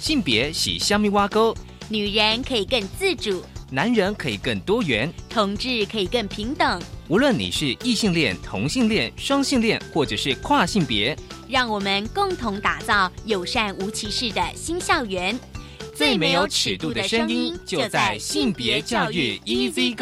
性别是虾米挖沟， 女人可以更自主， 男人可以更多元， 同志可以更平等。 无论你是异性恋、同性恋、双性恋，或者是跨性别， 让我们共同打造友善无歧视的新校园。 最没有尺度的声音，就在性别教育 Easy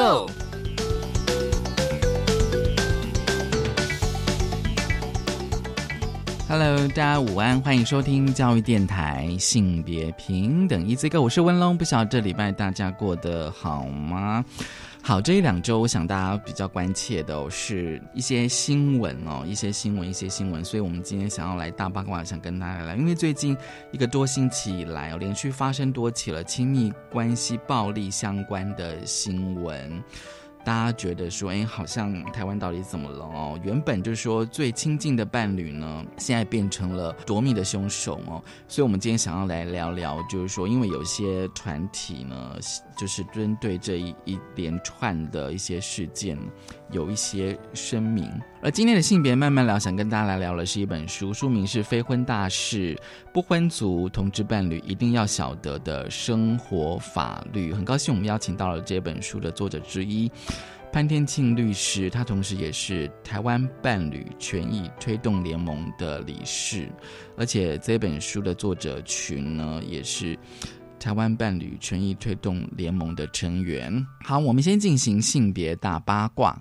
Go。Hello， 大家午安，欢迎收听教育电台性别平等 Easy Go， 我是温龙。不晓得这礼拜大家过得好吗？好，这一两周我想大家比较关切的是一些新闻一些新闻，所以我们今天想要来大八卦，想跟大家聊，因为最近一个多星期以来连续发生多起了亲密关系暴力相关的新闻。大家觉得说好像台湾到底怎么了原本就是说最亲近的伴侣呢，现在变成了夺命的凶手所以我们今天想要来聊聊，就是说因为有些团体呢，就是针对这一连串的一些事件有一些声明。而今天的性别慢慢聊，想跟大家来聊的是一本书，书名是《非婚大事：不婚族同志伴侣一定要晓得的生活法律》。很高兴我们邀请到了这本书的作者之一潘天庆律师，他同时也是台湾伴侣权益推动联盟的理事，而且这本书的作者群呢，也是台湾伴侣权益推动联盟的成员。好，我们先进行性别大八卦。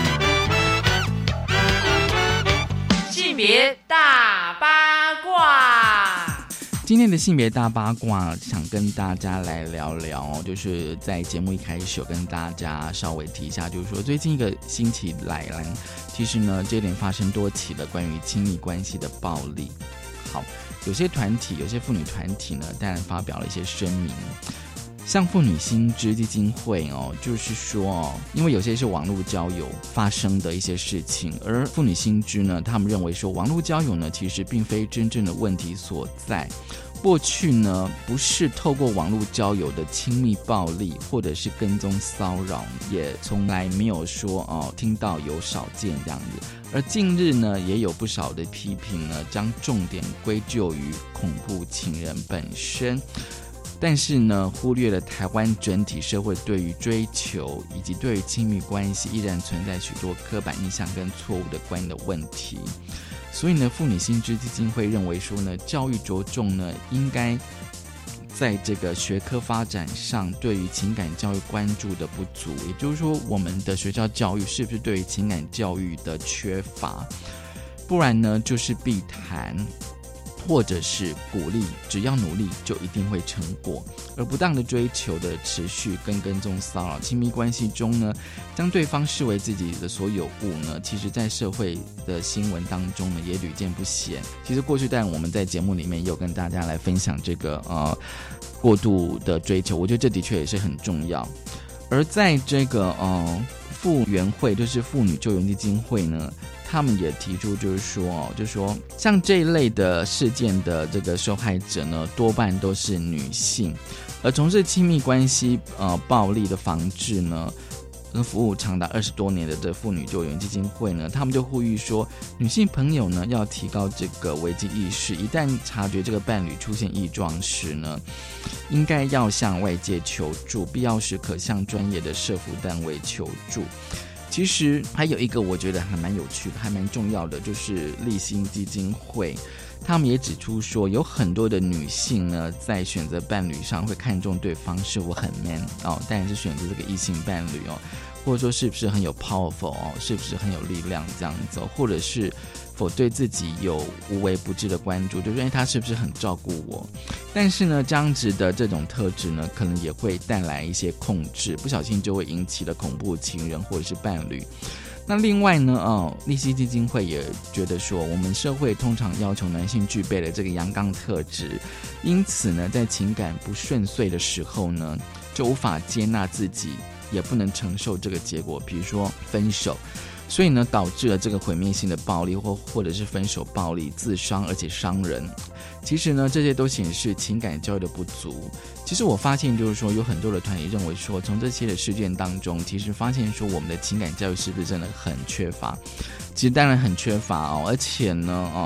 性别大八卦， 今天的性别大八卦想跟大家来聊聊就是在节目一开始有跟大家稍微提一下，就是说最近一个星期来其实呢这点发生多起了关于亲密关系的暴力。好，有些团体，有些妇女团体呢当然发表了一些声明，像妇女新知基金会就是说因为有些是网络交友发生的一些事情，而妇女新知呢，他们认为说网络交友呢其实并非真正的问题所在。过去呢不是透过网络交友的亲密暴力或者是跟踪骚扰，也从来没有说听到有少见这样子。而近日呢也有不少的批评呢将重点归咎于恐怖情人本身，但是呢忽略了台湾整体社会对于追求以及对于亲密关系依然存在许多刻板印象跟错误的观念的问题。所以呢妇女新知基金会认为说呢，教育着重呢应该在这个学科发展上对于情感教育关注的不足，也就是说我们的学校教育是不是对于情感教育的缺乏，不然呢就是避谈或者是鼓励只要努力就一定会成果，而不当的追求的持续跟踪骚扰，亲密关系中呢将对方视为自己的所有物呢，其实在社会的新闻当中呢也屡见不鲜。其实过去当然我们在节目里面也有跟大家来分享这个过度的追求，我觉得这的确也是很重要。而在这个妇援会，就是妇女救援基金会呢，他们也提出就是说像这一类的事件的这个受害者呢多半都是女性，而从事亲密关系暴力的防治呢服务长达20多年的这妇女救援基金会呢，他们就呼吁说女性朋友呢要提高这个危机意识，一旦察觉这个伴侣出现异状时呢，应该要向外界求助，必要时可向专业的社福单位求助。其实还有一个我觉得还蛮有趣的，还蛮重要的，就是立新基金会他们也指出说，有很多的女性呢在选择伴侣上会看重对方是否很 man 当然是选择这个异性伴侣或者说是不是很有 powerful 是不是很有力量这样子或者是否对自己有无微不至的关注，就是他是不是很照顾我。但是呢这样子的这种特质呢可能也会带来一些控制，不小心就会引起了恐怖情人或者是伴侣。那另外呢立新基金会也觉得说，我们社会通常要求男性具备了这个阳刚特质，因此呢在情感不顺遂的时候呢就无法接纳自己，也不能承受这个结果，比如说分手，所以呢导致了这个毁灭性的暴力或者是分手暴力、自伤而且伤人。其实呢这些都显示情感教育的不足。其实我发现就是说有很多的团体认为说，从这些的事件当中其实发现说我们的情感教育是不是真的很缺乏。其实当然很缺乏而且呢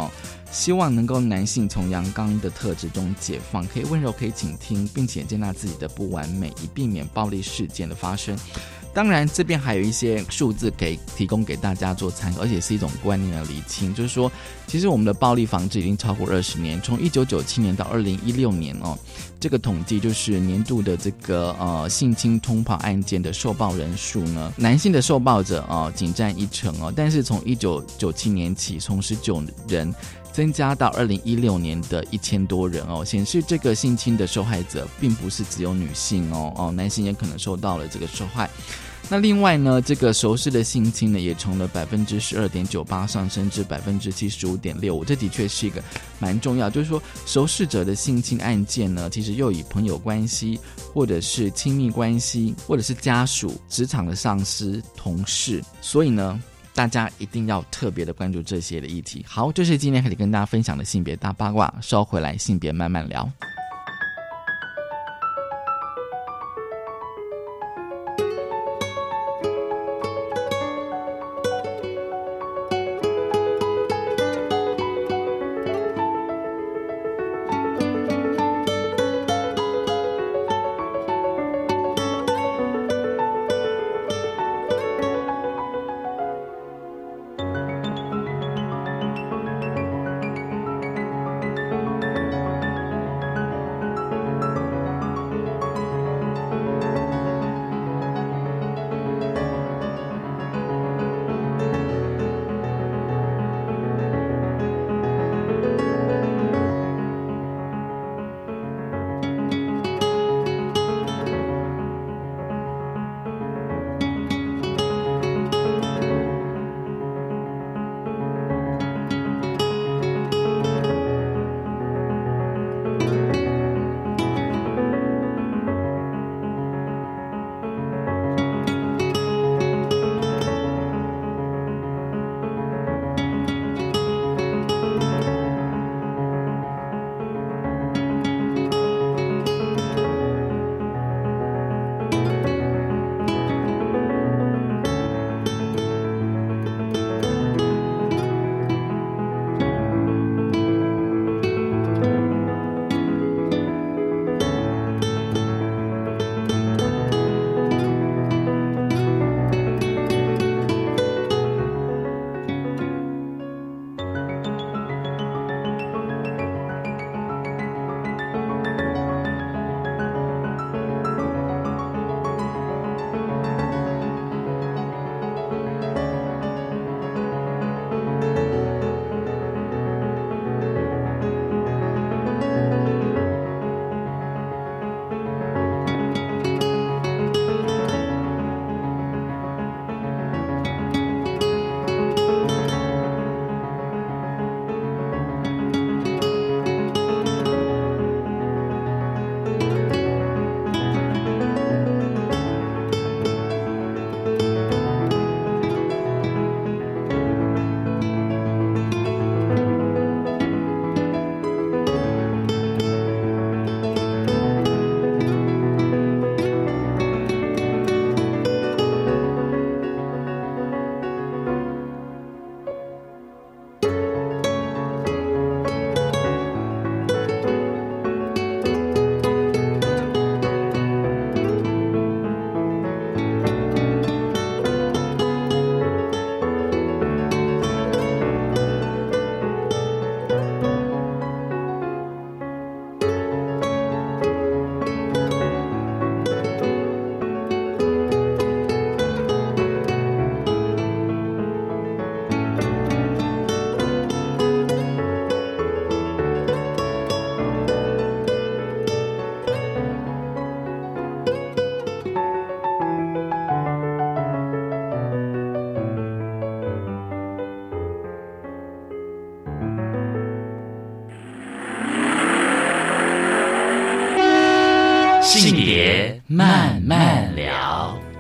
希望能够男性从阳刚的特质中解放，可以温柔，可以倾听，并且接纳自己的不完美，以避免暴力事件的发生。当然这边还有一些数字可以提供给大家做参考，而且是一种观念的厘清，就是说其实我们的暴力防治已经超过20年，从1997年到2016年这个统计就是年度的这个性侵通报案件的受报人数呢，男性的受报者仅占1%但是从1997年起从19人增加到2016年的1000多人显示这个性侵的受害者并不是只有女性男性也可能受到了这个受害。那另外呢，这个熟识的性侵呢，也从了 12.98% 上升至 75.65%， 这的确是一个蛮重要，就是说熟识者的性侵案件呢，其实又以朋友关系或者是亲密关系或者是家属、职场的上司、同事，所以呢大家一定要特别的关注这些的议题。好，这是今天可以跟大家分享的性别大八卦，稍回来性别慢慢聊。 性别慢慢聊。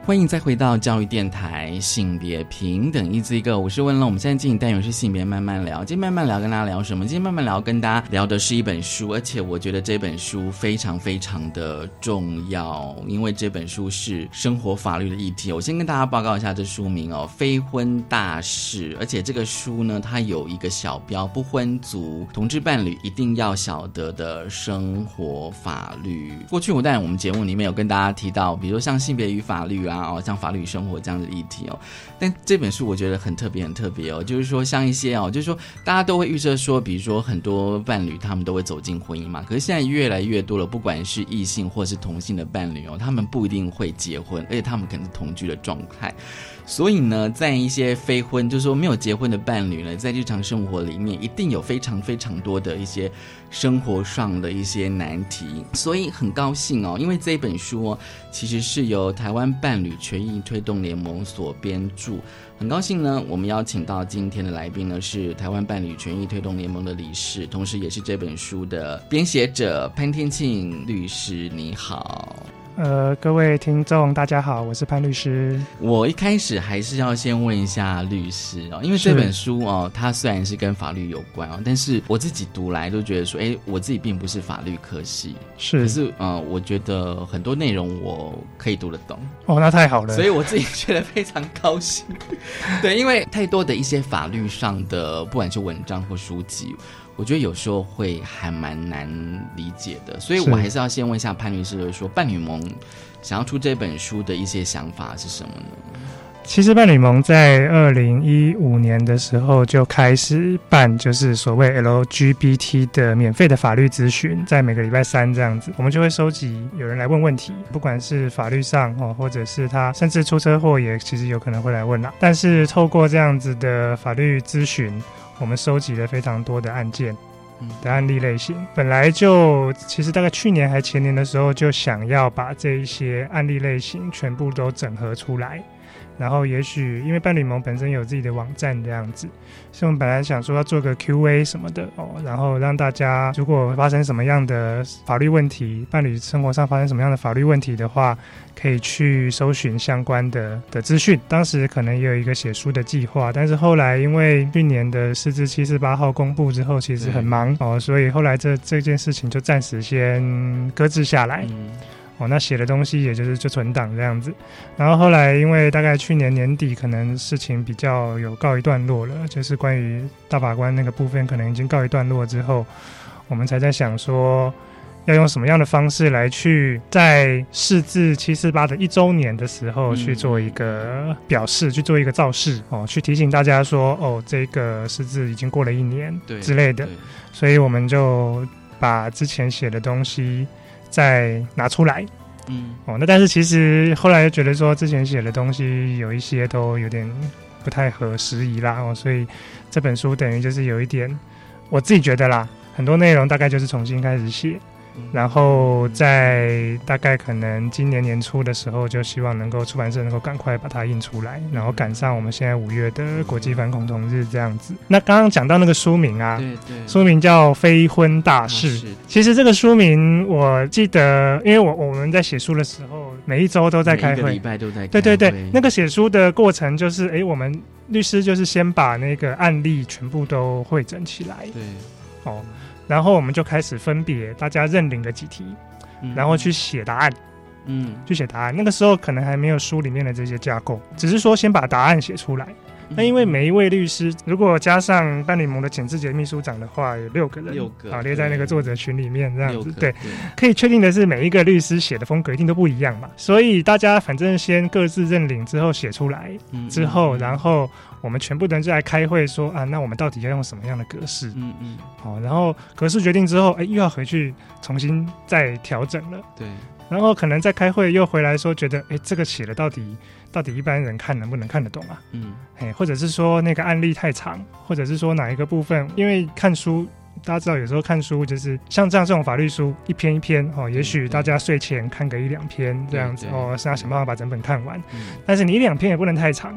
欢迎再回到教育电台性别平等一字一个，我是文龙。我们现在进行单元是性别慢慢聊。今天慢慢聊跟大家聊什么？今天慢慢聊跟大家聊的是一本书，而且我觉得这本书非常非常的重要，因为这本书是生活法律的议题。我先跟大家报告一下这书名哦，非婚大事。而且这个书呢，它有一个小标，不婚族同志伴侣一定要晓得的生活法律。过去当然我们节目里面有跟大家提到，比如说像性别与法律啊，像法律与生活这样的议题哦。但这本书我觉得很特别很特别哦，就是说像一些就是说大家都会预设说，比如说很多伴侣他们都会走进婚姻嘛，可是现在越来越多了，不管是异性或是同性的伴侣他们不一定会结婚，而且他们可能是同居的状态。所以呢，在一些非婚，就是说没有结婚的伴侣呢，在日常生活里面一定有非常非常多的一些生活上的一些难题。所以很高兴因为这本书其实是由台湾伴侣权益推动联盟所编著。很高兴呢，我们邀请到今天的来宾呢，是台湾伴侣权益推动联盟的理事，同时也是这本书的编写者潘天庆律师。你好。 各位听众大家好，我是潘律师。 我一开始还是要先问一下律师因为这本书它虽然是跟法律有关但是我自己读来都觉得说我自己并不是法律科系，可是我觉得很多内容我可以读得懂那太好了， 所以我自己觉得非常高兴对，因为太多的一些法律上的不管是文章或书籍，我觉得有时候会还蛮难理解的，所以我还是要先问一下潘律师，就是说伴侣盟想要出这本书的一些想法是什么呢？ 其实伴侣盟在2015年的时候就开始办就是所谓 LGBT 的免费的法律咨询，在每个礼拜三这样子，我们就会收集有人来问问题，不管是法律上或者是他甚至出车祸也其实有可能会来问啦。但是透过这样子的法律咨询，我们收集了非常多的案件的案例类型，本来就其实大概去年还前年的时候就想要把这一些案例类型全部都整合出来，然后也许因为伴侣盟本身有自己的网站这样子，所以我们本来想说要做个 QA 什么的然后让大家如果发生什么样的法律问题，伴侣生活上发生什么样的法律问题的话，可以去搜寻相关的资讯。当时可能也有一个写书的计划，但是后来因为去年的释字748号公布之后其实很忙所以后来这件事情就暂时先搁置下来那写的东西也就存档这样子。然后后来因为大概去年年底可能事情比较有告一段落了，就是关于大法官那个部分可能已经告一段落之后，我们才在想说要用什么样的方式来去在释字748的1周年的时候去做一个表示，去做一个造势去提醒大家说这个释字已经过了1年之类的。所以我们就把之前写的东西再拿出来那但是其实后来又觉得说之前写的东西有一些都有点不太合时宜啦所以这本书等于就是有一点我自己觉得啦，很多内容大概就是重新开始写，然后在大概可能今年年初的时候就希望能够出版社能够赶快把它印出来，然后赶上我们现在5月的国际反恐同日这样子。那刚刚讲到那个书名书名叫非婚大事其实这个书名我记得因为我们在写书的时候每一周都在开会， 每一个礼拜都在开会。 对那个写书的过程就是我们律师就是先把那个案例全部都汇整起来然后我们就开始分别大家认领的几题然后去写答案去写答案。那个时候可能还没有书里面的这些架构，只是说先把答案写出来。那因为每一位律师如果加上伴侣盟的简志杰秘书长的话有6个人列在那个作者群里面这样子对，可以确定的是每一个律师写的风格一定都不一样嘛，所以大家反正先各自认领之后写出来之后然后我们全部人就来开会说那我们到底要用什么样的格式然后格式决定之后又要回去重新再调整了对，然后可能再开会又回来说觉得这个写了到底一般人看能不能看得懂啊或者是说那个案例太长，或者是说哪一个部分，因为看书大家知道有时候看书就是像这种法律书一篇一篇也许大家睡前看个1-2篇这样子是要想办法把整本看完但是你1-2篇也不能太长，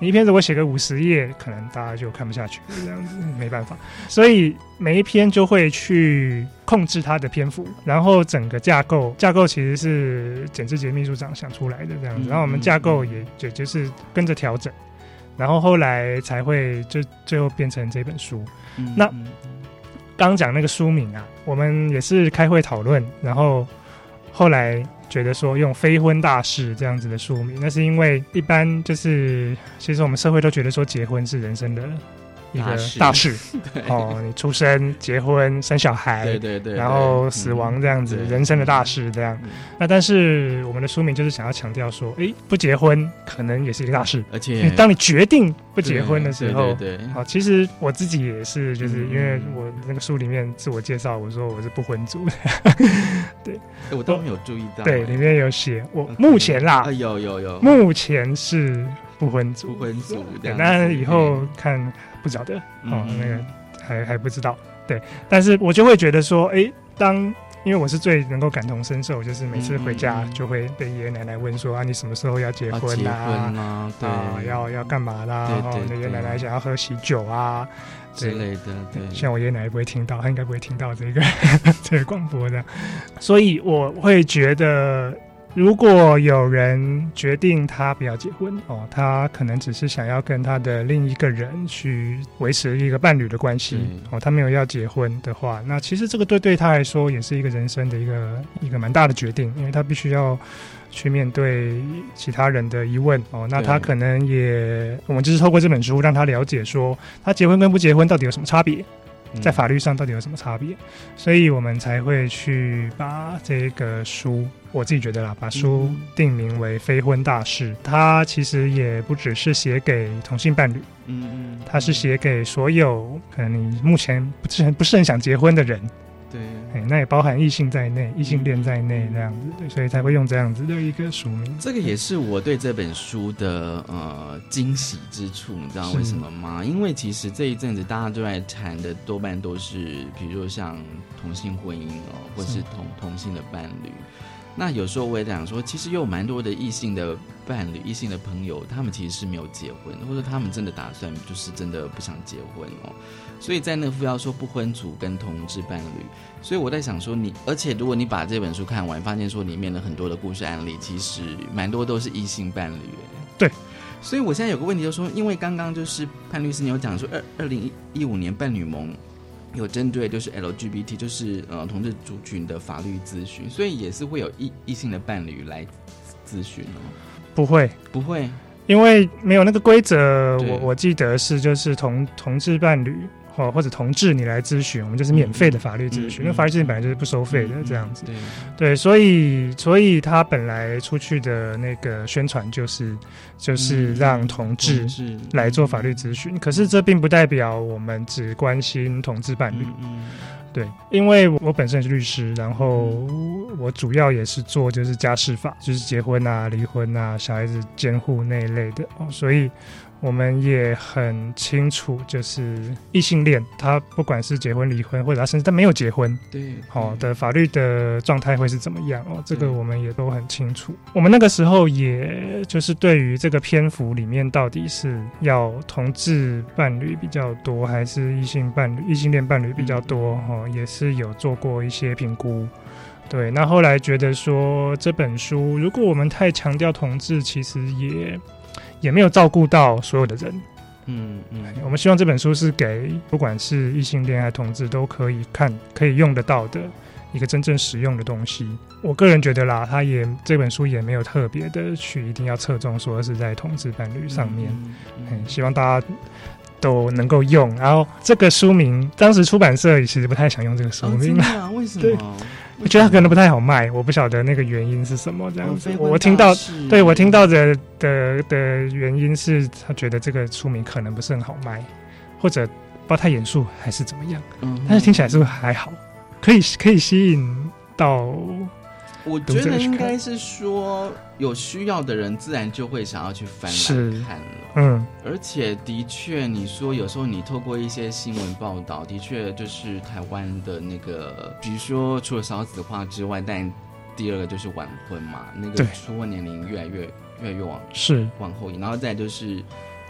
你一篇如果写个50页，可能大家就看不下去，这样子没办法。所以每一篇就会去控制它的篇幅，然后整个架构其实是简志杰秘书长想出来的这样子，然后我们架构也就是跟着调整，然后后来才会就最后变成这本书。那刚讲那个书名啊，我们也是开会讨论，然后后来觉得说用非婚大事这样子的书名，那是因为一般就是其实我们社会都觉得说结婚是人生的一个大事哦，你出生、结婚、生小孩，对，然后死亡这样子，人生的大事这样。那但是我们的书名就是想要强调说，不结婚可能也是一个大事， 而且当你决定不结婚的时候， 对， 其实我自己也是，就是因为我那个书里面自我介绍，我说我是不婚族的，对， 我都没有注意到， 对，里面有写我目前啦， 有， 目前是不婚族，那以后看。不晓得那个还不知道，对，但是我就会觉得说，因为我是最能够感同身受，就是每次回家就会被爷爷奶奶问说啊，你什么时候要结婚啊？对，要干嘛啦？爷爷奶奶想要喝喜酒啊之类的，对。 像我爷爷奶奶不会听到，他应该不会听到这个这个广播的，所以我会觉得。如果有人决定他不要结婚他可能只是想要跟他的另一个人去维持一个伴侣的关系他没有要结婚的话，那其实这个对他来说也是一个人生的一个蛮大的决定，因为他必须要去面对其他人的疑问那他可能我们就是透过这本书让他了解说，他结婚跟不结婚到底有什么差别。在法律上到底有什么差别，所以我们才会去把这个书，我自己觉得啦，把书定名为非婚大事。它其实也不只是写给同性伴侣，它是写给所有可能你目前不是很想结婚的人，对，那也包含异性在内，异性恋在内这样子，对，所以才会用这样子的一个书名。 这个也是我对这本书的惊喜之处，你知道为什么吗？因为其实这一阵子大家都在谈的多半都是，比如说像同性婚姻或是同性的伴侣。那有时候我也讲说，其实有蛮多的异性的伴侣、异性的朋友，他们其实是没有结婚，或者他们真的打算就是真的不想结婚所以在那个附要说不婚族跟同志伴侣，所以我在想说而且如果你把这本书看完，发现说里面的很多的故事案例，其实蛮多都是异性伴侣。 对， 所以我现在有个问题就是说，因为刚刚就是潘律师你有讲说2015年伴侣盟有针对就是 LGBT 就是同志族群的法律咨询，所以也是会有异性的伴侣来咨询不会，因为没有那个规则。我记得是就是同志伴侣或者同志你来咨询，我们就是免费的法律咨询，因为法律咨询本来就是不收费的这样子。对，所以他本来出去的那个宣传就是让同志来做法律咨询，可是这并不代表我们只关心同志伴侣。对，因为我本身也是律师，然后我主要也是做就是家事法，就是结婚啊、离婚啊、小孩子监护那一类的所以我们也很清楚，就是异性恋他不管是结婚、离婚，或者他甚至他没有结婚，的法律的状态会是怎么样这个我们也都很清楚。我们那个时候也就是对于这个篇幅里面到底是要同志伴侣比较多，还是异性恋伴侣比较多也是有做过一些评估。对，那后来觉得说这本书如果我们太强调同志，其实也没有照顾到所有的人。我们希望这本书是给不管是异性恋还是同志都可以看、可以用得到的一个真正实用的东西。我个人觉得啦，这本书也没有特别的去一定要侧重说是在同志伴侣上面。希望大家都能够用。然后这个书名，当时出版社其实不太想用这个书名。 真的啊？为什么？ 我觉得它可能不太好卖，我不晓得那个原因是什么。这样子，我听到的原因是，他觉得这个书名可能不是很好卖，或者不知道太严肃还是怎么样。但是听起来是不是还好，可以吸引到。 我觉得应该是说，有需要的人自然就会想要去翻来看了。而且的确，你说有时候你透过一些新闻报道，的确就是台湾的那个，比如说除了少子化之外，但第二个就是晚婚嘛，那个出婚年龄越来越往后移，然后再就是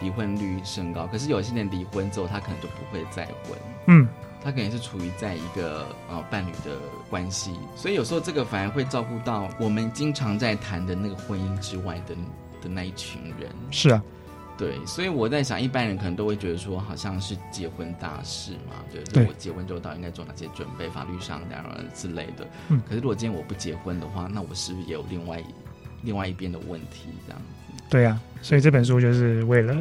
离婚率升高，可是有些人离婚之后，他可能就不会再婚，他可能是处于在一个伴侣的关系，所以有时候这个反而会照顾到我们经常在谈的那个婚姻之外的那一群人。 是啊， 对，所以我在想，一般人可能都会觉得说，好像是结婚大事嘛，就是我结婚之后到底应该做哪些准备，法律上当然之类的。可是如果今天我不结婚的话，那我是不是也有另外一边的问题？这样子。 对啊，所以这本书就是为了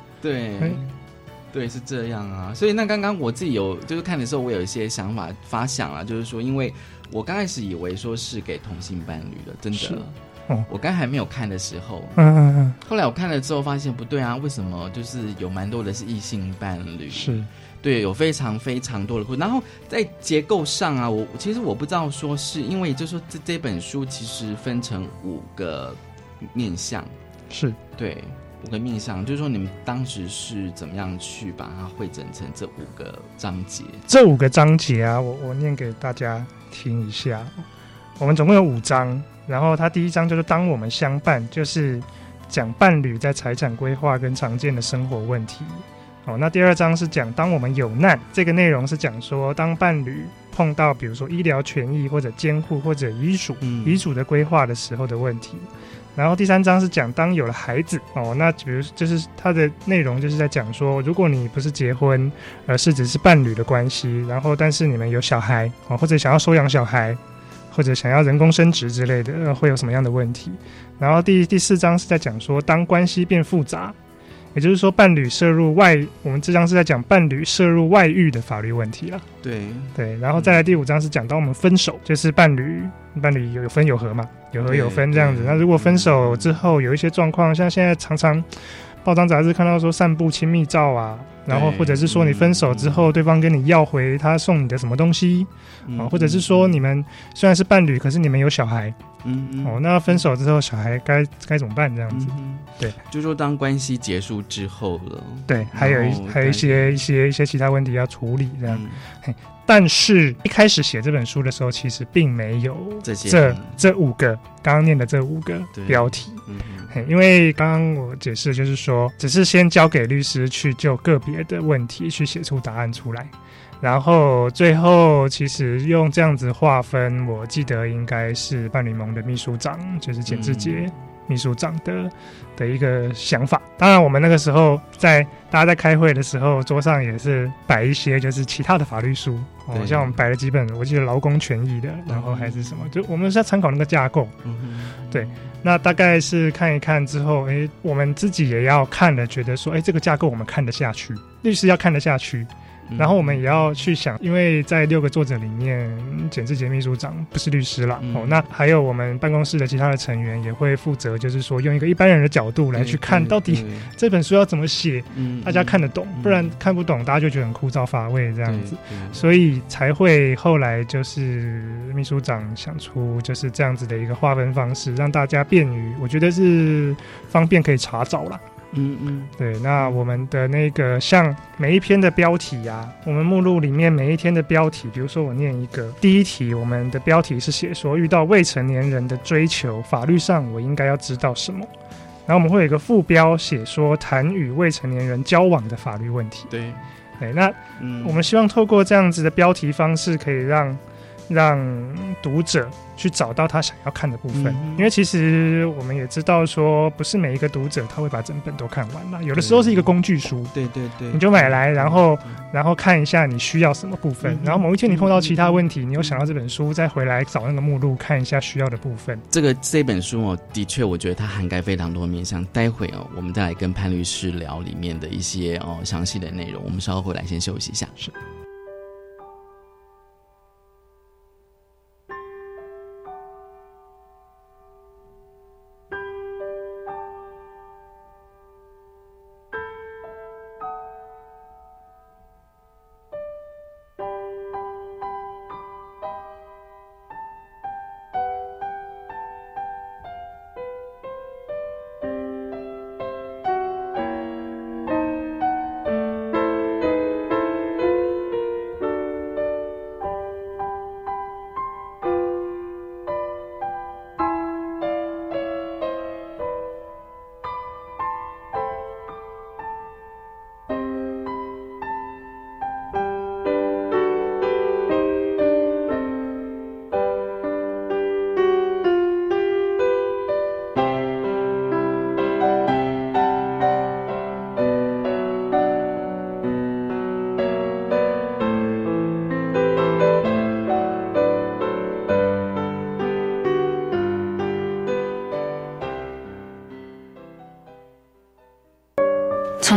对，是这样啊。所以那刚刚我自己就是看的时候，我有一些想法发想啊，就是说，因为我刚开始以为说是给同性伴侣的，真的。我刚还没有看的时候，后来我看了之后发现不对啊，为什么就是有蛮多的是异性伴侣？ 是， 对，有非常非常多的故事。然后在结构上啊，其实我不知道说是因为就是说这本书其实分成5个面向， 是对。5个面向，就是说你们当时是怎么样去把它汇整成这5个章节？ 这5个章节啊，我念给大家听一下。我们总共有5章，然后它第1章就是当我们相伴，就是讲伴侣在财产规划跟常见的生活问题。那第2章是讲当我们有难，这个内容是讲说当伴侣碰到比如说医疗权益或者监护或者遗嘱的规划的时候的问题。然后第3章是讲当有了孩子那比如就是它的内容就是在讲说，如果你不是结婚，而是只是伴侣的关系，然后但是你们有小孩或者想要收养小孩，或者想要人工生殖之类的，会有什么样的问题？然后第4章是在讲说，当关系变复杂，也就是说伴侣涉入我们这章是在讲伴侣涉入外遇的法律问题啦。对，然后再来第5章是讲当我们分手，就是伴侣有分有合嘛，有合有分这样子。那如果分手之后有一些状况，像现在常常报章杂志看到说散布亲密照啊，然后或者是说你分手之后，对方跟你要回他送你的什么东西，或者是说你们虽然是伴侣，可是你们有小孩，那分手之后小孩该怎么办这样子？对， 就是说当关系结束之后了， 对，还有一些其他问题要处理这样。但是一开始写这本书的时候，其实并没有这5个刚刚念的这5个标题，因为刚刚我解释就是说，只是先交给律师去就个别的问题去写出答案出来，然后最后其实用这样子划分，我记得应该是伴侣盟的秘书长，就是简志杰秘书长的一个想法。当然我们那个时候大家在开会的时候，桌上也是摆一些就是其他的法律书，像我们摆了几本，我记得劳工权益的，然后还是什么，就我们是要参考那个架构。对，那大概是看一看之后，我们自己也要看了，觉得说这个架构我们看得下去，律师要看得下去，然后我们也要去想，因为在6个作者里面，简志杰秘书长不是律师啦，那还有我们办公室的其他的成员也会负责，就是说用一个一般人的角度来去看到底这本书要怎么写，大家看得懂，不然看不懂大家就觉得很枯燥乏味这样子，所以才会后来就是秘书长想出就是这样子的一个划分方式，让大家便于，我觉得是方便可以查找啦。对，那我们的那个像每一篇的标题啊，我们目录里面每一天的标题，比如说我念一个，第1题我们的标题是写说遇到未成年人的追求，法律上我应该要知道什么，然后我们会有一个副标写说谈与未成年人交往的法律问题。对，那我们希望透过这样子的标题方式，可以让读者去找到他想要看的部分，因为其实我们也知道说，不是每一个读者他会把整本都看完啦，有的时候是一个工具书，对，你就买来，然后看一下你需要什么部分，然后某一天你碰到其他问题，你又想到这本书，再回来找那个目录看一下需要的部分。 这本书的确我觉得它涵盖非常多面向，待会我们再来跟潘律师聊里面的一些详细的内容，我们稍后回来先休息一下。是。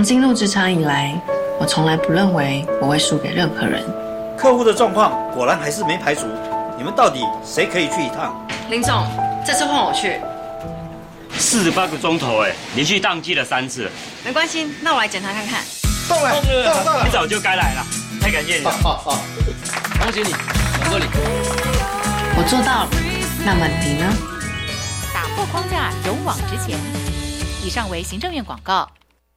进入职场以来，我从来不认为我会输给任何人。 客户的状况果然还是没排除，你们到底谁可以去一趟？ 林总，这次换我去。 48个钟头连续宕机了3次。 没关系，那我来检查看看。 动了， 你早就该来了，太感谢你了。 恭喜你，总经理。 我做到了，那么你呢？ 打破框架，勇往直前。以上为行政院广告。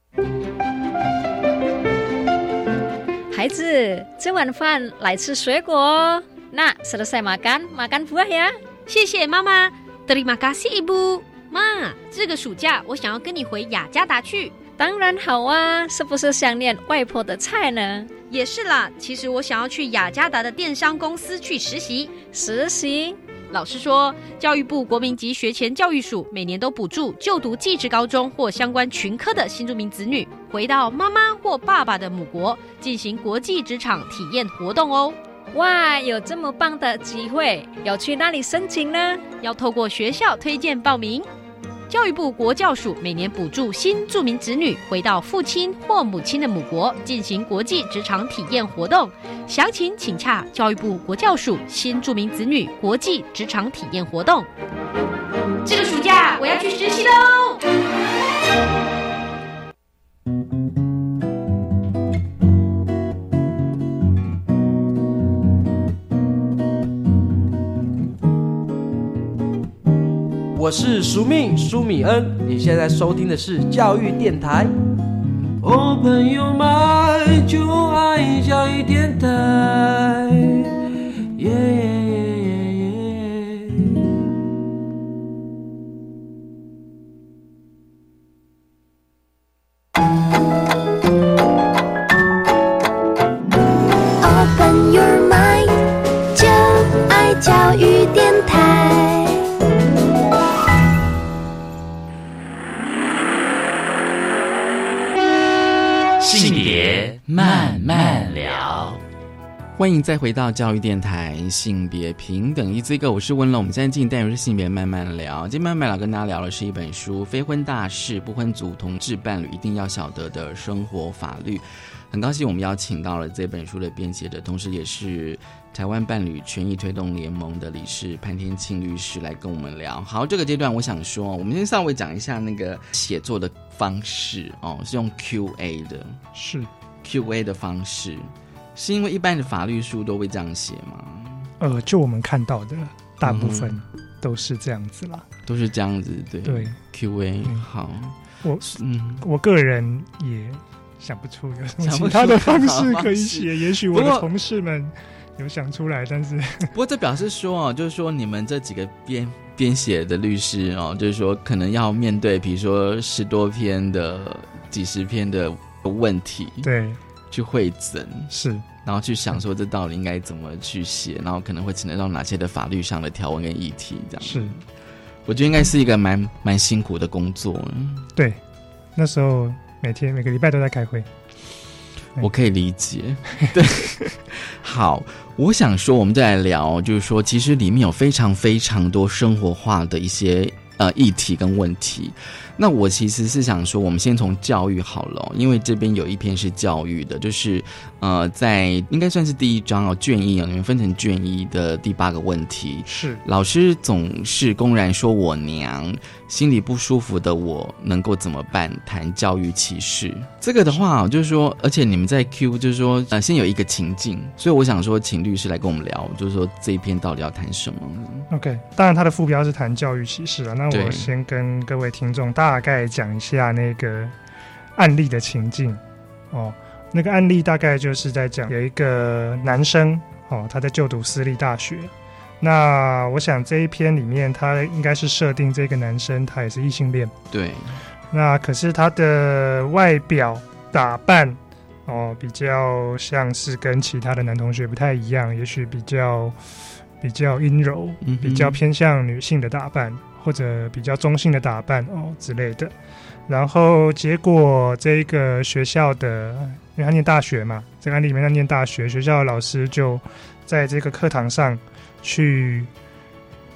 孩子，这碗饭来吃水果哦。那 selesai makan buah ya。 谢谢妈妈。Terima kasih ibu。妈，这个暑假我想要跟你回雅加达去。 当然好啊，是不是想念外婆的菜呢？ 也是啦，其实我想要去雅加达的电商公司去实习。 实习？ 老师说，教育部国民及学前教育署每年都补助就读技职高中或相关群科的新住民子女，回到妈妈或爸爸的母国，进行国际职场体验活动哦。 哇，有这么棒的机会，要去哪里申请呢？ 要透过学校推荐报名。教育部国教署每年补助新住民子女回到父亲或母亲的母国，进行国际职场体验活动。详情请洽教育部国教署新住民子女国际职场体验活动。这个暑假我要去实习喽！ 我是苏命苏米恩，你现在收听的是教育电台。哦，朋友们就爱教育电台，耶耶耶耶耶。 Open your mind， 就爱教育电台。 性别慢慢聊， 欢迎再回到教育电台性别平等一个，我是温龙。我们现在进单元是性别慢慢聊，今天慢慢聊跟大家聊的是一本书《非婚大事：不婚族同志伴侣一定要晓得的生活法律》。很高兴我们邀请到了这本书的编写者，同时也是台湾伴侣权益推动联盟的理事潘天庆律师来跟我们聊。好，这个阶段我想说，我们先稍微讲一下那个写作的方式哦，是用 QA 的， 是 QA 的方式，是因为一般的法律书都会这样写吗？ 就我们看到的大部分都是这样子啦， 都是这样子，对 QA、好， 我个人也想不出有什么其他的方式可以写，也许我的同事们有想出来，但是不过这表示说就是说你们这几个编写的律师就是说可能要面对比如说10多篇的几十篇的问题， 对， 去汇整， 是， 然后去想说这到底应该怎么去写，然后可能会牵扯到哪些的法律上的条文跟议题，这样是，我觉得应该是一个蛮辛苦的工作。 对，那时候每个礼拜都在开会， 我可以理解。对，好，我想说我们再来聊，就是说其实里面有非常非常多生活化的一些议题跟问题。那我其实是想说我们先从教育好了，因为这边有一篇是教育的，就是在应该算是第1章卷1里面分成卷1的第8个问题， 是老师总是公然说我娘，心里不舒服的我能够怎么办？谈教育歧视这个的话，就是说而且你们在 Q 就是说先有一个情境，所以我想说请律师来跟我们聊，就是说这一篇到底要谈什么。 OK， 当然它的副标是谈教育歧视啊，那我先跟各位听众大概讲一下那个案例的情境哦。那个案例大概就是在讲有一个男生哦，他在就读私立大学。那我想这一篇里面他应该是设定这个男生他也是异性恋， 对。 那可是他的外表打扮哦，比较像是跟其他的男同学不太一样，也许比较阴柔，比较偏向女性的打扮，或者比较中性的打扮哦之类的。然后结果这个学校的，因为他念大学嘛，这个案例里面他念大学，学校的老师就在这个课堂上去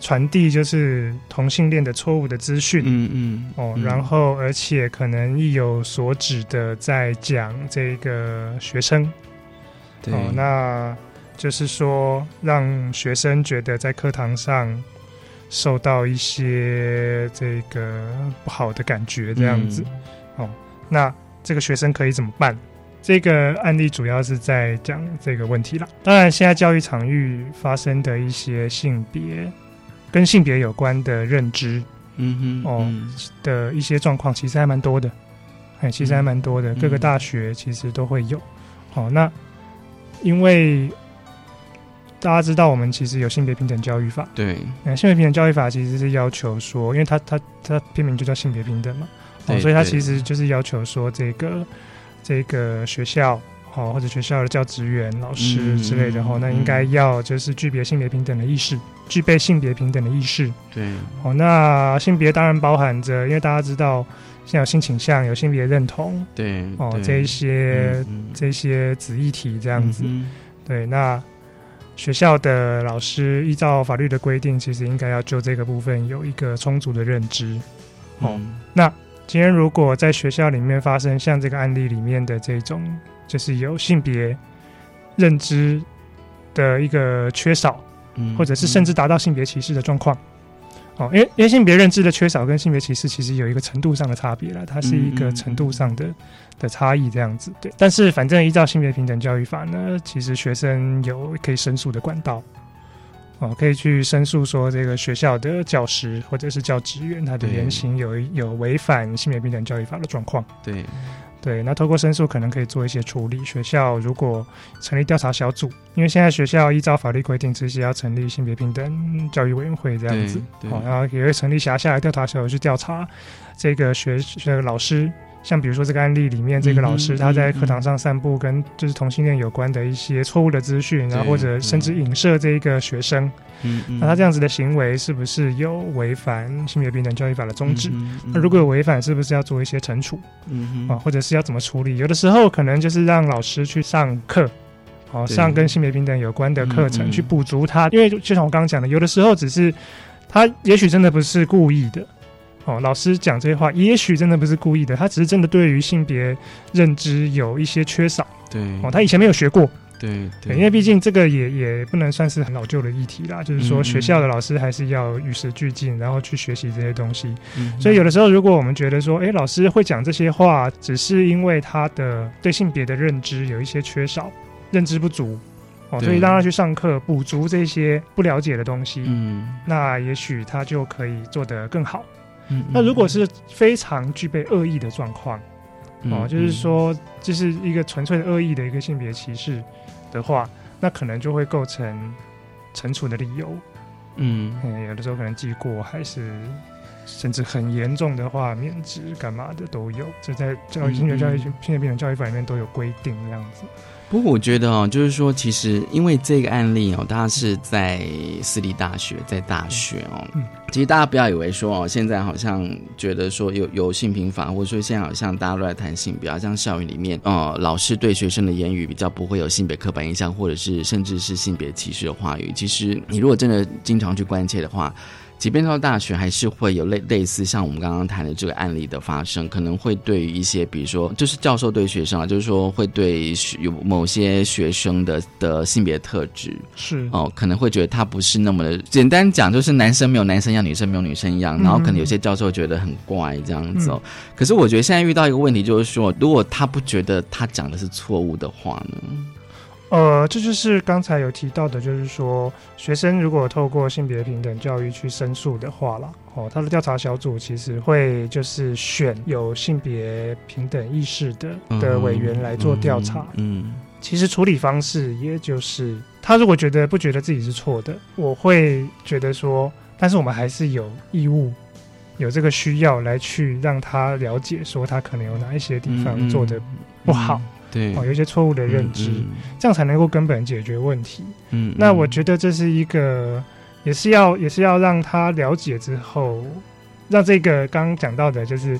传递就是同性恋的错误的资讯，然后而且可能意有所指的在讲这个学生，那就是说让学生觉得在课堂上受到一些这个不好的感觉这样子，那这个学生可以怎么办？这个案例主要是在讲这个问题啦。当然现在教育场域发生的一些跟性别有关的认知的一些状况其实还蛮多的，各个大学其实都会有。那因为大家知道我们其实有性别平等教育法， 对， 性别平等教育法其实是要求说，因为它片名就叫性别平等嘛，所以它其实就是要求说这个学校或者学校的教职员、老师之类的那应该要就是具备性别平等的意识，对，那性别当然包含着，因为大家知道现在有性倾向、有性别认同， 对， 这一些子议题这样子，对，那学校的老师依照法律的规定，其实应该要就这个部分有一个充足的认知，那今天如果在学校里面发生像这个案例里面的这种就是有性别认知的一个缺少，或者是甚至达到性别歧视的状况，因为性别认知的缺少跟性别歧视其实有一个程度上的差别啦，它是一个程度上的差异这样子，对。但是反正依照性别平等教育法呢，其实学生有可以申诉的管道，可以去申诉说这个学校的教师或者是教职员他的言行有违反性别平等教育法的状况，对，那透过申诉可能可以做一些处理。学校如果成立调查小组，因为现在学校依照法律规定，其实要成立性别平等教育委员会这样子，然后也会成立辖下的调查小组去调查这个学老师。像比如说这个案例里面，这个老师他在课堂上散布跟就是同性恋有关的一些错误的资讯，然后或者甚至影射这个学生，那他这样子的行为是不是有违反性别平等教育法的宗旨？那如果有违反，是不是要做一些惩处？或者是要怎么处理？有的时候可能就是让老师去上课，上跟性别平等有关的课程，去补足他，因为就像我刚刚讲的，有的时候只是他也许真的不是故意的。老师讲这些话也许真的不是故意的，他只是真的对于性别认知有一些缺少，他以前没有学过，对，因为毕竟这个也不能算是很老旧的议题啦，就是说学校的老师还是要与时俱进，然后去学习这些东西，所以有的时候如果我们觉得说老师会讲这些话只是因为他的对性别的认知有一些缺少，认知不足，所以让他去上课补足这些不了解的东西，那也许他就可以做得更好。那如果是非常具备恶意的状况，就是说就是一个纯粹的恶意的一个性别歧视的话，那可能就会构成惩处的理由。有的时候可能记过，还是甚至很严重的话免职干嘛的都有，这在性别平等教育法里面都有规定这样子。 不过我觉得就是说，其实因为这个案例它是在私立大学，在大学其实大家不要以为说现在好像觉得说有性平法，或者说现在好像大家都在谈性别，好像校园里面老师对学生的言语比较不会有性别刻板印象，或者是甚至是性别歧视的话语。其实你如果真的经常去关切的话，即便到大学还是会有类似像我们刚刚谈的这个案例的发生，可能会对于一些比如说就是教授对学生就是说会对有某些学生的性别特质是可能会觉得他不是那么的，简单讲就是男生没有男生一样，女生没有女生一样，然后可能有些教授觉得很怪这样子可是我觉得现在遇到一个问题，就是说如果他不觉得他讲的是错误的话呢？ 这就是刚才有提到的，就是说学生如果透过性别平等教育去申诉的话啦，他的调查小组其实会就是选有性别平等意识的委员来做调查。其实处理方式也就是他如果不觉得自己是错的，我会觉得说，但是我们还是有义务有这个需要来去让他了解说他可能有哪一些地方做得不好，有一些错误的认知，这样才能够根本解决问题。那我觉得这是一个也是要让他了解之后，让这个刚刚讲到的就是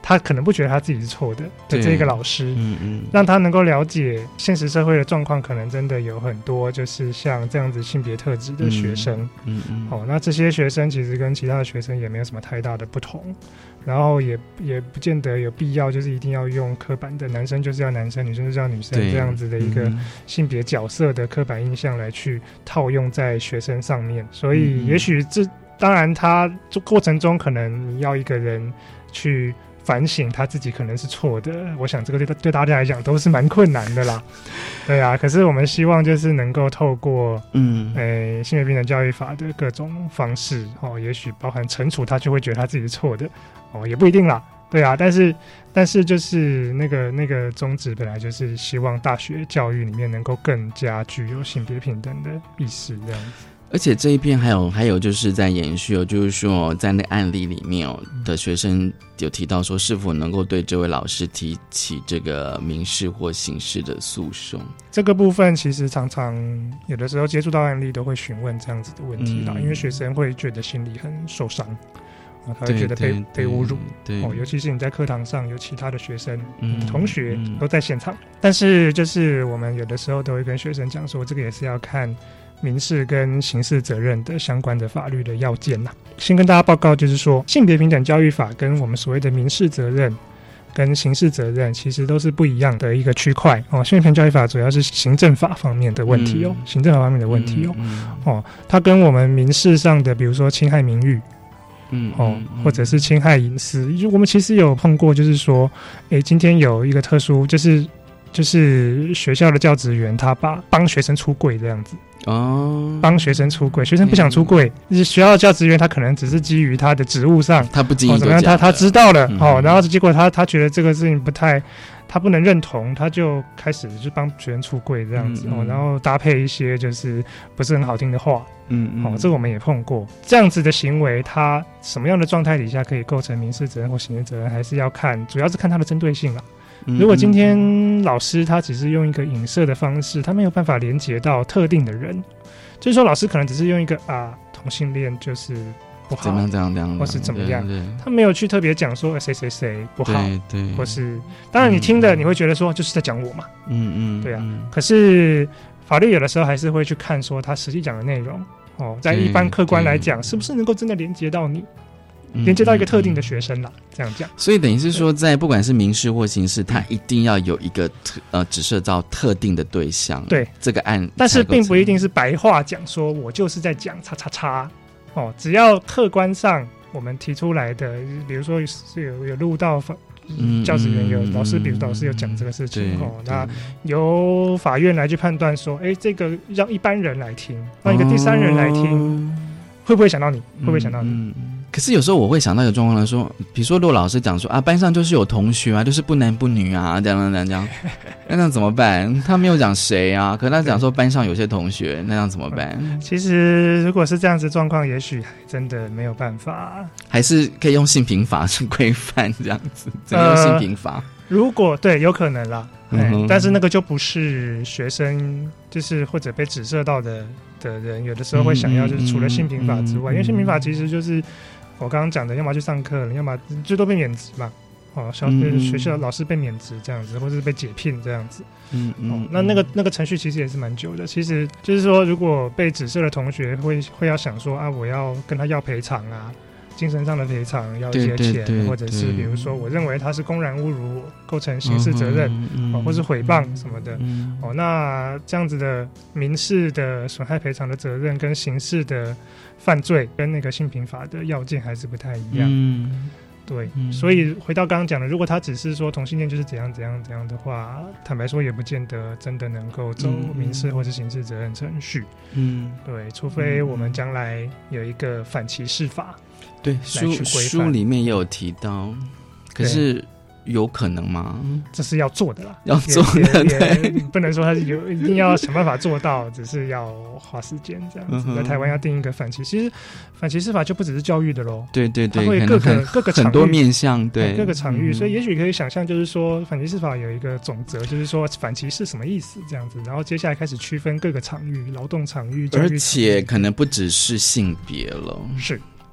他可能不觉得他自己是错的这个老师，让他能够了解现实社会的状况，可能真的有很多就是像这样子性别特质的学生，那这些学生其实跟其他的学生也没有什么太大的不同，然后也不见得有必要就是一定要用刻板的男生就是要男生，女生就是要女生这样子的一个性别角色的刻板印象来去套用在学生上面，所以也许当然他过程中可能你要一个人去反省他自己可能是错的，我想这个对大家来讲都是蛮困难的啦。对啊，可是我们希望就是能够透过性别平等教育法的各种方式，也许包含惩处他就会觉得他自己是错的，也不一定啦。对啊，但是就是那个宗旨本来就是希望大学教育里面能够更加具有性别平等的意识这样子。 而且这一篇还有就是在延续就是说在那案例里面的学生有提到说是否能够对这位老师提起这个民事或刑事的诉讼。 这个部分其实常常有的时候接触到案例都会询问这样子的问题啦，因为学生会觉得心里很受伤，他会觉得被侮辱，尤其是你在课堂上有其他的学生、同学都在现场，但是就是我们有的时候都会跟学生讲说，这个也是要看民事跟刑事责任的相关的法律的要件啦。先跟大家报告就是说，性别平等教育法跟我们所谓的民事责任跟刑事责任其实都是不一样的一个区块性别平等教育法主要是行政法方面的问题行政法方面的问题它跟我们民事上的比如说侵害名誉或者是侵害隐私，我们其实有碰过，就是说今天有一个特殊就是学校的教职员他帮学生出柜这样子帮学生出柜，学生不想出柜，学校的教职员他可能只是基于他的职务上他不经意怎么样他知道了然后结果他觉得这个事情他不能认同，他就开始就帮学生出柜这样子然后搭配一些就是不是很好听的话这个我们也碰过。这样子的行为他什么样的状态底下可以构成民事责任或刑事责任，还是要看，主要是看他的针对性啦。如果今天老师他只是用一个影射的方式，他没有办法连结到特定的人，就是说老师可能只是用一个同性恋就是不好， 怎样或是怎么样，他没有去特别讲说谁谁谁不好， 对， 或是当然你听的你会觉得说就是在讲我嘛，对啊，可是法律有的时候还是会去看说他实际讲的内容在一般客观来讲是不是能够真的连接到你，连接到一个特定的学生啦，这样讲。 所以等于是说，在不管是民事或刑事，它一定要有一个指涉到特定的对象。 对这个案，但是并不一定是白话讲说我就是在讲叉叉叉只要客观上我们提出来的，比如说有录到教职员有老师，比如老师有讲这个事情那由法院来去判断说，这个让一般人来听，让一个第三人来听，会不会想到你？会不会想到你？ 可是有时候我会想到一个状况来说，比如说如果老师讲说班上就是有同学就是不男不女这样那怎么办？他没有讲谁可是他讲说班上有些同学，那样怎么办？ 其实如果是这样子状况，也许真的没有办法， 还是可以用性平法去规范这样子，怎么用性平法？ 如果对，有可能啦，但是那个就不是学生，就是或者被指涉到的人，有的时候会想要，就是除了性平法之外，因为性平法其实就是我刚刚讲的，要么去上课了，要么最多被免职嘛，学校老师被免职这样子，或者是被解聘这样子，那个程序其实也是蛮久的。其实就是说，如果被指涉的同学会要想说我要跟他要赔偿精神上的赔偿，要一些钱，或者是比如说我认为他是公然侮辱我，构成刑事责任，或是诽谤什么的，那这样子的民事的损害赔偿的责任跟刑事的犯罪跟那个性平法的要件还是不太一样。对，所以回到刚刚讲的，如果他只是说同性恋就是怎样的话，坦白说也不见得真的能够走民事或是刑事责任程序。对，除非我们将来有一个反歧视法。 对，书里面也有提到，可是有可能吗？ 这是要做的啦， 要做的， 对，不能说他是一定要想办法做到，只是要花时间这样子。在台湾要定一个反歧视法，就不只是教育的咯， 对， 它会各个场域， 很多面向，对， 各个场域，所以也许可以想象，就是说反歧视法有一个总则，就是说反歧视什么意思这样子，然后接下来开始区分各个场域，劳动场域， 而且可能不只是性别了， 是。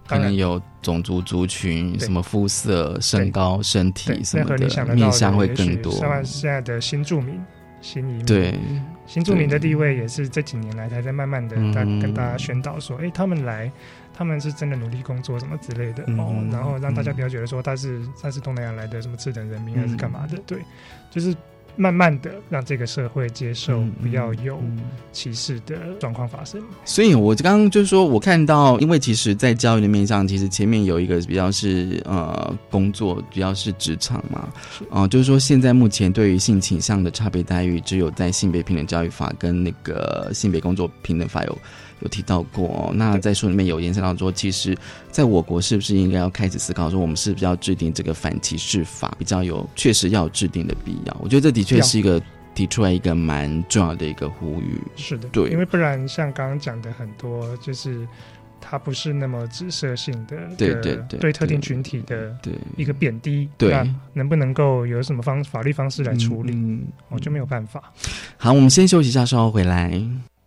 可能有种族族群、什么肤色、身高、身体什么的，面向会更多。 像现在的新住民、新移民， 对新住民的地位也是这几年来才在慢慢的跟大家宣导说，他们来，他们是真的努力工作什么之类的然后让大家不要觉得说他是东南亚来的什么次等人民还是干嘛的，对，就是慢慢的让这个社会接受不要有歧视的状况发生。 所以我刚刚就是说我看到，因为其实在教育的面上，其实前面有一个比较是工作，比较是职场嘛，就是说现在目前对于性倾向的差别待遇，只有在性别平等教育法跟那个性别工作平等法有提到过那在书里面有延伸到说，其实在我国是不是应该要开始思考说，我们是不是要制定这个反歧视法，比较确实要有制定的必要。我觉得这的确是一个提出来一个蛮重要的一个呼吁。 是的， 对， 因为不然像刚刚讲的很多，就是它不是那么指涉性的，对特定群体的一个贬低， 对， 那能不能够有什么法律方式来处理，我就没有办法。 好，我们先休息一下，稍后回来。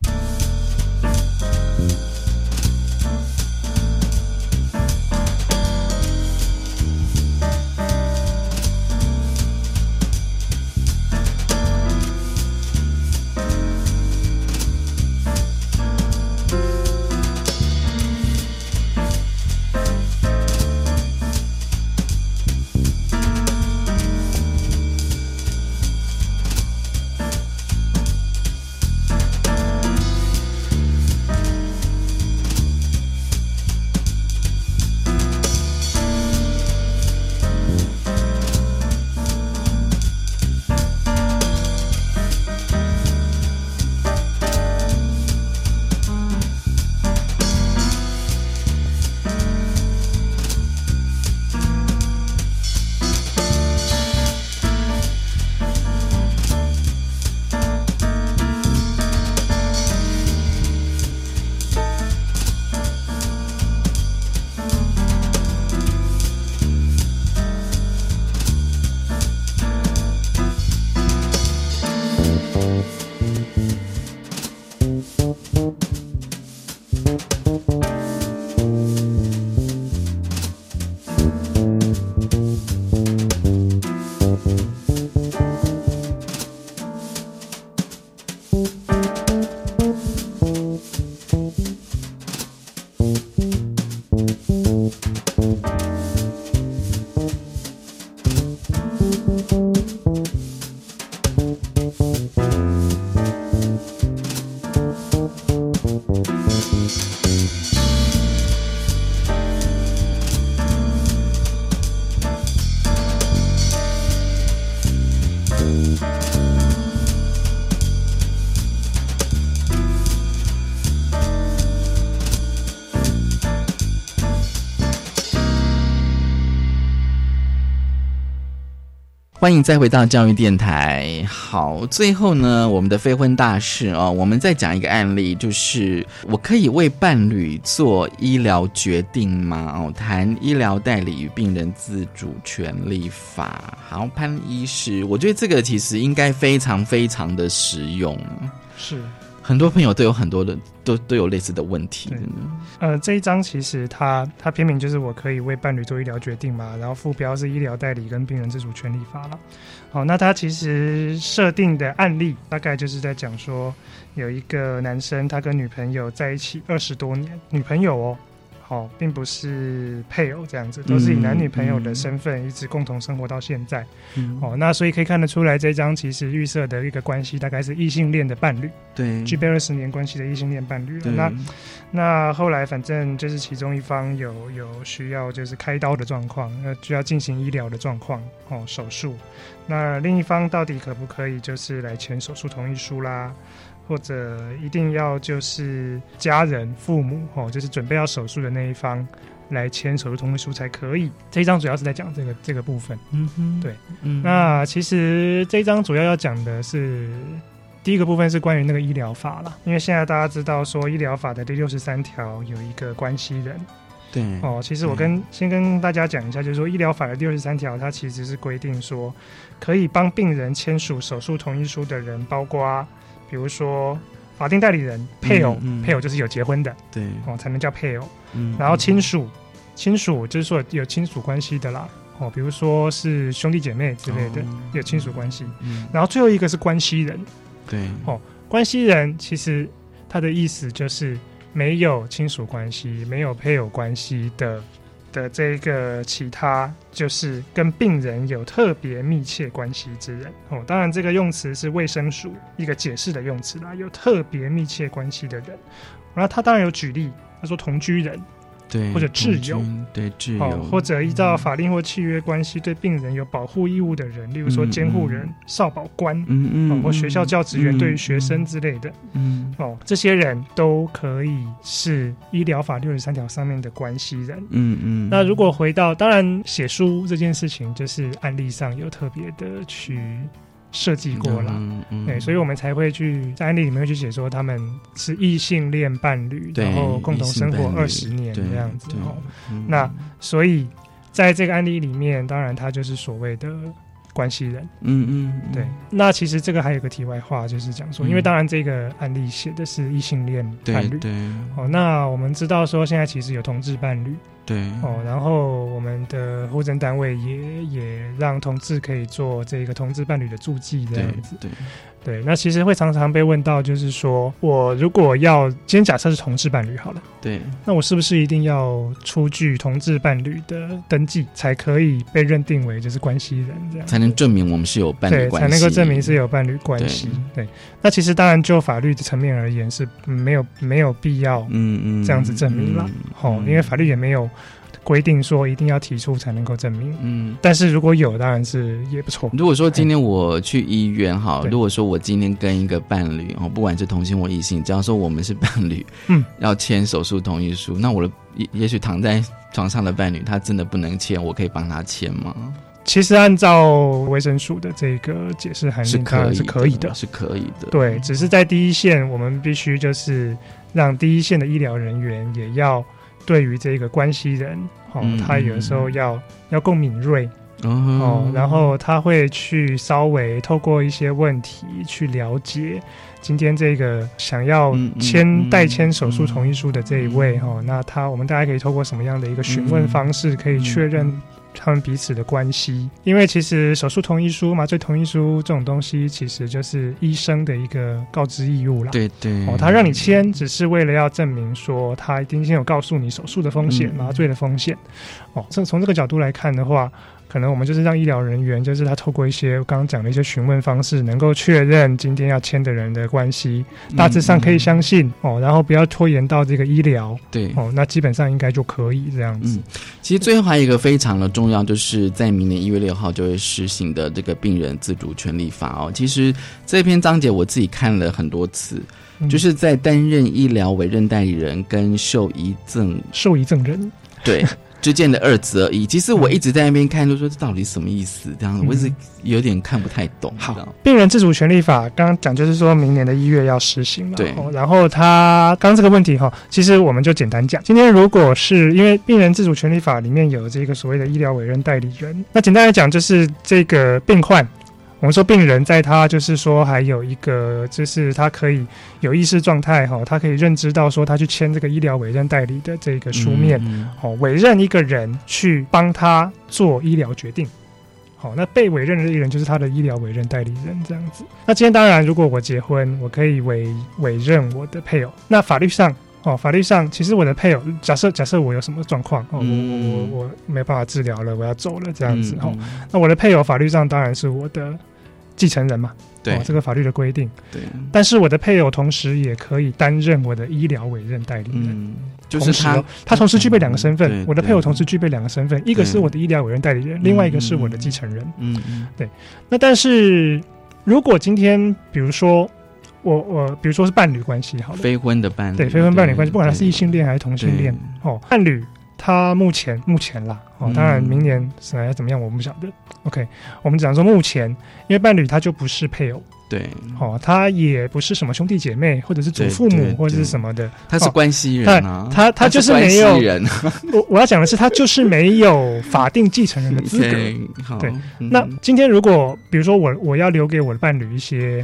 欢迎再回到教育电台。好，最后呢，我们的非婚大事我们再讲一个案例，就是我可以为伴侣做医疗决定吗？谈医疗代理与病人自主权利法。好，潘医师，我觉得这个其实应该非常非常的实用， 是很多朋友都有很多的都有类似的问题。 这一章其实它篇名就是我可以为伴侣做医疗决定嘛，然后副标是医疗代理跟病人自主权利法了。好，那它其实设定的案例大概就是在讲说，有一个男生他跟女朋友在一起20多年，女朋友并不是配偶这样子，都是以男女朋友的身份一直共同生活到现在。那所以可以看得出来，这一章其实预设的一个关系大概是异性恋的伴侣， 对， 具备20年关系的异性恋伴侣。那后来反正就是其中一方有需要就是开刀的状况，就要进行医疗的状况，手术。那另一方到底可不可以就是来签手术同意书啦？或者一定要就是家人父母就是准备要手术的那一方来签手术同意书才可以。这一章主要是在讲这个部分。对。那其实这一章主要要讲的是第一个部分是关于那个医疗法啦，因为现在大家知道说医疗法的第63条有一个关系人。 对。 其实我先跟大家讲一下，就是说医疗法的第63条它其实是规定说可以帮病人签署手术同意书的人包括比如说法定代理人、配偶，配偶就是有结婚的， 对， 才能叫配偶。然后亲属， 亲属就是说有亲属关系的啦，比如说是兄弟姐妹之类的，有亲属关系。然后最后一个是关系人， 对， 关系人其实他的意思就是没有亲属关系、没有配偶关系的这个其他，就是跟病人有特别密切关系之人。当然这个用词是卫生署一个解释的用词啦，有特别密切关系的人。然后他当然有举例，他说同居人。 对， 或者挚友， 对挚友， 或者依照法令或契约关系对病人有保护义务的人，例如说监护人、少保官，或学校教职员对于学生之类的，这些人都可以是医疗法63条上面的关系人。那如果回到，当然写书这件事情，就是案例上有特别的去设计过啦，对，所以我们才会去在案例里面会去写说他们是异性恋伴侣，然后共同生活20年这样子。那所以在这个案例里面，当然他就是所谓的关系人。对。那其实这个还有个题外话，就是讲说，因为当然这个案例写的是异性恋伴侣，对。那我们知道说现在其实有同志伴侣。对然后我们的户政单位也让同志可以做这个同志伴侣的注记这样子。对，那其实会常常被问到，就是说我如果要今天假设是同志伴侣好了，对，那我是不是一定要出具同志伴侣的登记，才可以被认定为就是关系人这样，才能证明我们是有伴侣关系，对，才能够证明是有伴侣关系。对，那其实当然就法律的层面而言是没有必要这样子证明啦，因为法律也没有规定说一定要提出才能够证明。但是如果有当然是也不错。如果说今天我去医院好，如果说我今天跟一个伴侣不管是同性或异性，只要说我们是伴侣，要签手术同意书，那我的也许躺在床上的伴侣他真的不能签，我可以帮他签吗？其实按照卫生署的这个解释函令，当然是可以的，是可以的。对，只是在第一线，我们必须就是让第一线的医疗人员也要对于这个关系人，他有的时候要够敏锐，然后他会去稍微透过一些问题去了解今天这个想要代签手术同意书的这一位，那我们大家可以透过什么样的一个询问方式可以确认他们彼此的关系。因为其实手术同意书、麻醉同意书这种东西其实就是医生的一个告知义务啦。对对，他让你签只是为了要证明说他一定先有告诉你手术的风险、麻醉的风险。从这个角度来看的话，可能我们就是让医疗人员就是他透过一些我刚刚讲的一些询问方式，能够确认今天要签的人的关系，大致上可以相信然后不要拖延到这个医疗。对那基本上应该就可以这样子。其实最后还有一个非常的重要，就是在明年1月6号就会施行的这个病人自主权利法其实这篇章节我自己看了很多次，就是在担任医疗委任代理人跟受遗赠人对之间的二择一。其实我一直在那边看，就说这到底什么意思？这样子我一直有点看不太懂。好，病人自主权利法刚刚讲就是说明年的1月要施行了。对，然后他刚这个问题其实我们就简单讲。今天如果是因为病人自主权利法里面有这个所谓的医疗委任代理人，那简单来讲就是这个病患。我们说病人在他就是说还有一个就是他可以有意识状态他可以认知到说他去签这个医疗委任代理的这个书面委任一个人去帮他做医疗决定。那被委任的这个人就是他的医疗委任代理人这样子。那今天当然如果我结婚，我可以委任我的配偶。那法律上其实我的配偶假设我有什么状况我没办法治疗了，我要走了这样子那我的配偶法律上当然是我的继承人嘛。对这个法律的规定。对，但是我的配偶同时也可以担任我的医疗委任代理人。就是他同时具备2个身份。我的配偶同时具备2个身份，一个是我的医疗委任代理人，另外一个是我的继承人。对。那但是如果今天比如说我比如说是伴侣关系好了，非婚的伴侣，对，非婚伴侣关系，不管他是异性恋还是同性恋伴侣他目前啦当然明年要怎么样我们不晓得。OK， 我们讲说目前，因为伴侣他就不是配偶，对他也不是什么兄弟姐妹或者是祖父母或者是什么的，他是关系人啊，他就是没有我要讲的是他就是没有法定继承人的资格。对，那今天如果比如说我要留给我的伴侣一些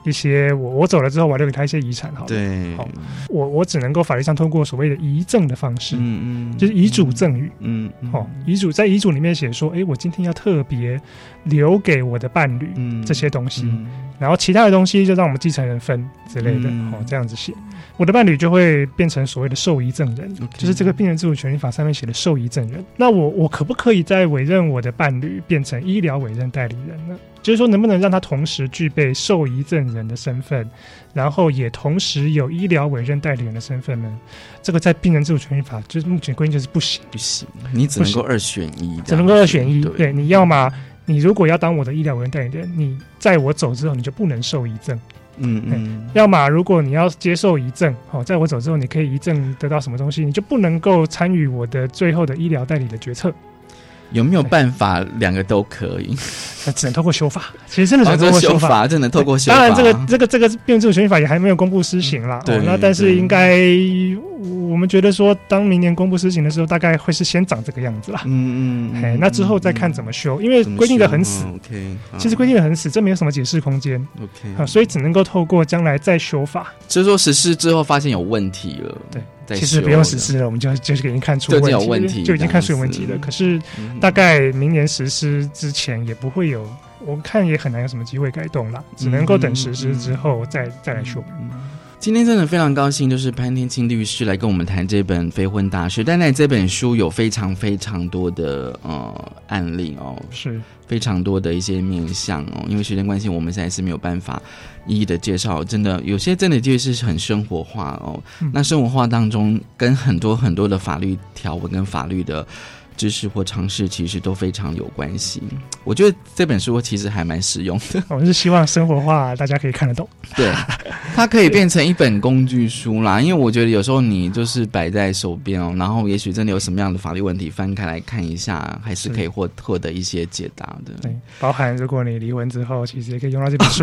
一些我走了之后，我要留给他一些遗产，好了， 对， 好，我只能够法律上通过所谓的遗赠的方式，就是遗嘱赠与，遗嘱在遗嘱里面写说，我今天要特别留给我的伴侣这些东西，然后其他的东西就让我们继承人分之类的，这样子写，我的伴侣就会变成所谓的受遗赠人，就是这个病人自主权利法上面写的受遗赠人。那我可不可以再委任我的伴侣变成医疗委任代理人呢？就是说能不能让他同时具备受遗赠人的身份，然后也同时有医疗委任代理人的身份呢？这个在病人自主权利法就是目前规定就是不行， 你只能够2选1， 只能够2选1。对，你要嘛，你如果要当我的医疗委任代理人，你在我走之后你就不能受遗赠。要么如果你要接受遗赠，在我走之后你可以遗赠得到什么东西，你就不能够参与我的最后的医疗代理的决策。 有没有办法2个都可以？ 只能透过修法，其实真的只能透过修法， 只能透过修法。 当然，这个病人自主权利法也还没有公布施行啦。那但是应该我们觉得说，当明年公布施行的时候，大概会是先长这个样子啦。那之后再看怎么修，因为规定的很死。其实规定的很死，这没有什么解释空间。所以只能够透过将来再修法。 就是说实施之后发现有问题了， 对。其实不用实施了，我们就是已经看出问题，就已经看出有问题了。可是大概明年实施之前也不会有，我看也很难有什么机会改动啦，只能够等实施之后再来说。 今天真的非常高兴，就是潘天庆律师来跟我们谈这本《非婚大事》，但在这本书有非常非常多的案例是非常多的一些面向因为时间关系，我们现在是没有办法一一的介绍。真的有些真的就是很生活化那生活化当中跟很多很多的法律条文跟法律的知识或常识其实都非常有关系。我觉得这本书其实还蛮实用的， 我是希望生活化大家可以看得懂。 对，它可以变成一本工具书啦，因为我觉得有时候你就是摆在手边然后也许真的有什么样的法律问题翻开来看一下，还是可以获得一些解答的。 对，包含如果你离婚之后其实也可以用到这本书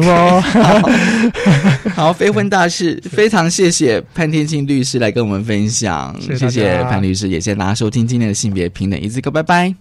好，非婚大事非常谢谢潘天庆律师来跟我们分享，谢谢潘律师，也谢谢大家收听今天的性别平等一字歌，拜拜。